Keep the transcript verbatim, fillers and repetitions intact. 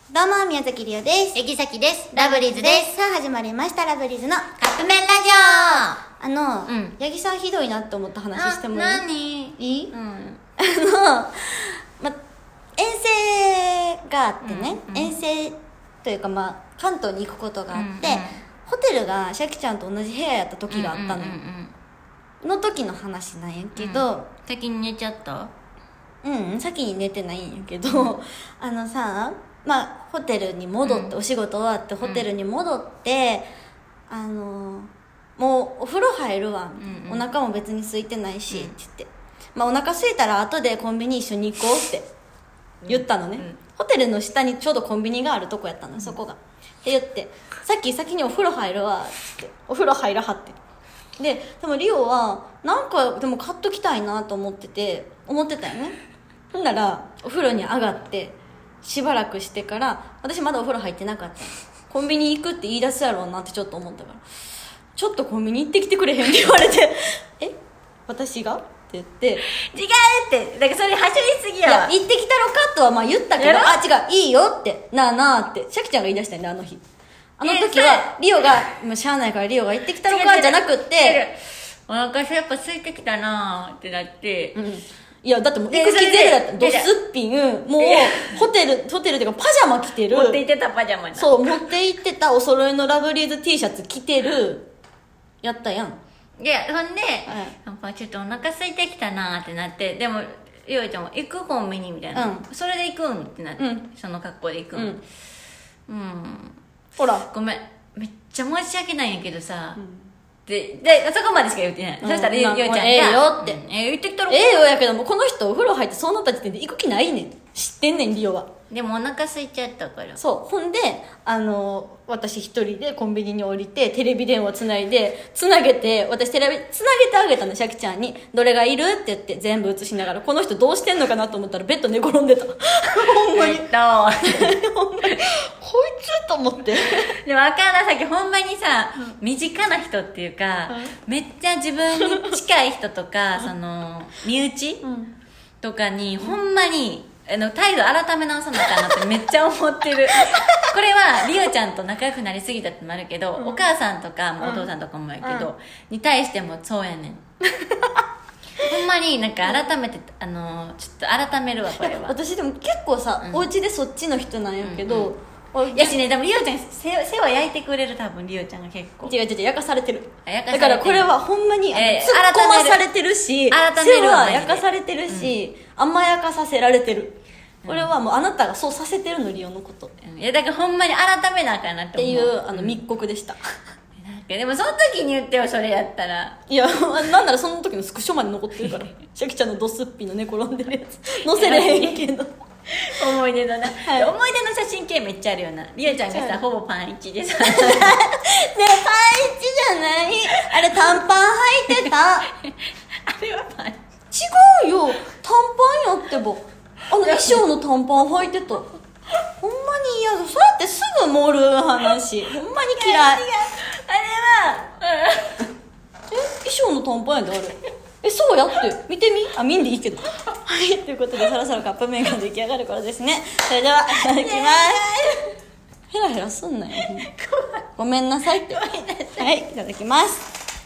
どうも、宮崎りおです。 えぎさきです。ラブリーズです。 さあ、始まりました、ラブリーズのカップ麺ラジあの、 うん、 八木さんひどいなって思った話してもいい？ 何いい？ うん、 あの、ま、遠征があってね、 うんうん、 遠征というか、まあ、関東に行くことがあって、うんうん、ホテルがシャキちゃんと同じ部屋やった時があったの、うんうんうんうん、の時の話なんやけど、うん、 先に寝ちゃった？ うん、先に寝てないんやけど、うん、あのさ、まあ、ホテルに戻って、うん、お仕事終わってホテルに戻って、うん、あのもうお風呂入るわ、うんうん、お腹も別に空いてないし、うん、って言って、まあ、お腹空いたら後でコンビニ一緒に行こうって言ったのね、うんうん、ホテルの下にちょうどコンビニがあるとこやったの、うん、そこがって言って、さっき先にお風呂入るわってお風呂入らはってで、でもリオはなんかでも買っときたいなと思ってて思ってたよね。ほんならお風呂に上がってしばらくしてから、私まだお風呂入ってなかった、コンビニ行くって言い出すやろうなってちょっと思ったから、ちょっとコンビニ行ってきてくれへんって言われてえ私がって言って、違うってだからそれはしょりすぎやわ。 いや行ってきたろかとはまあ言ったけど、あ違ういいよってなあなあってシャキちゃんが言い出したんだ、あの日。あの時はリオがもうしゃあないからリオが行ってきたろかじゃなくって、 お腹やっぱ空いてきたなってなって、うん、 いやだってもう行く気ゼロだった、ドスッピン、もうホテルホテルっていうかパジャマ着てる、 持って行ってたパジャマそう持って行ってたお揃いのラブリーズ T シャツ着てるやったやん。 いやほんで、やっぱちょっとお腹空いてきたなってなって、でもゆいちゃんも行くコンビニみたいな、うん、それで行くんってなって、うん、その格好で行くん、うん、うん、ほらごめんめっちゃ申し訳ないんやけどさ、うん、ででそこまでしか言ってない、うん、そしたらゆいちゃんがええよって、うん、 えー、言ってきたらええよやけども、この人お風呂入ってそうなった時点で行く気ないねん、知ってんねんリオは。 でもお腹空いちゃったから、 そうほんであの私一人でコンビニに降りてテレビ電話つないでつなげて、私テレビつなげてあげたの、シャキちゃんにどれがいるって言って全部映しながら、この人どうしてんのかなと思ったらベッド寝転んでたほんまにほんまにこいつと思ってでもあかんな、さっきほんまにさ、うん、身近な人っていうか、うん、めっちゃ自分に近い人とかその身内、うん、とかにほんまにあの態度改め直さなあかんなってめっちゃ思ってるこれはリオちゃんと仲良くなりすぎたってもあるけど、うん、お母さんとかお父さんとかもやけど、うん、に対してもそうやねんほんまになんか改めてあのちょっと改めるわこれは私でも結構さ、うん、お家でそっちの人なんやけど、 うんうん、やしね、でもリオちゃん世話焼いてくれる、多分リオちゃんが結構違う違う違う焼かされてる、 焼かされてる、 だからこれはほんまに、えー、突っ込まされてるし、 改める世話焼かされてるし、うん、甘やかさせられてる、これはもうあなたがそうさせてるの、リオのこと、 いやだからほんまに改めなあかんなって思うっていうあの密告でした、 うん、なんかでもその時に言ってよ、それやったら。 いやなんならその時のスクショまで残ってるからシャキちゃんのドスッピの寝転んでるやつ載せれへんけど思い出のな、はい、思い出の写真系めっちゃあるよな。リオちゃんがさほぼパンイチでさねえパンイチじゃない、あれ短パン履いてたあれはパン、 違うよ短パンやってば、あの衣装の短パン履いてたほんまに嫌だ、そうやってすぐ盛る話ほんまに嫌い。 あれは、 うん、え衣装の短パンやであれ、えそうやって見てみ、あ見んでいいけどはいということでそろそろカップ麺が出来上がる頃ですね。それではいただきますヘラヘラすんなよごめんなさいってはいいただきます。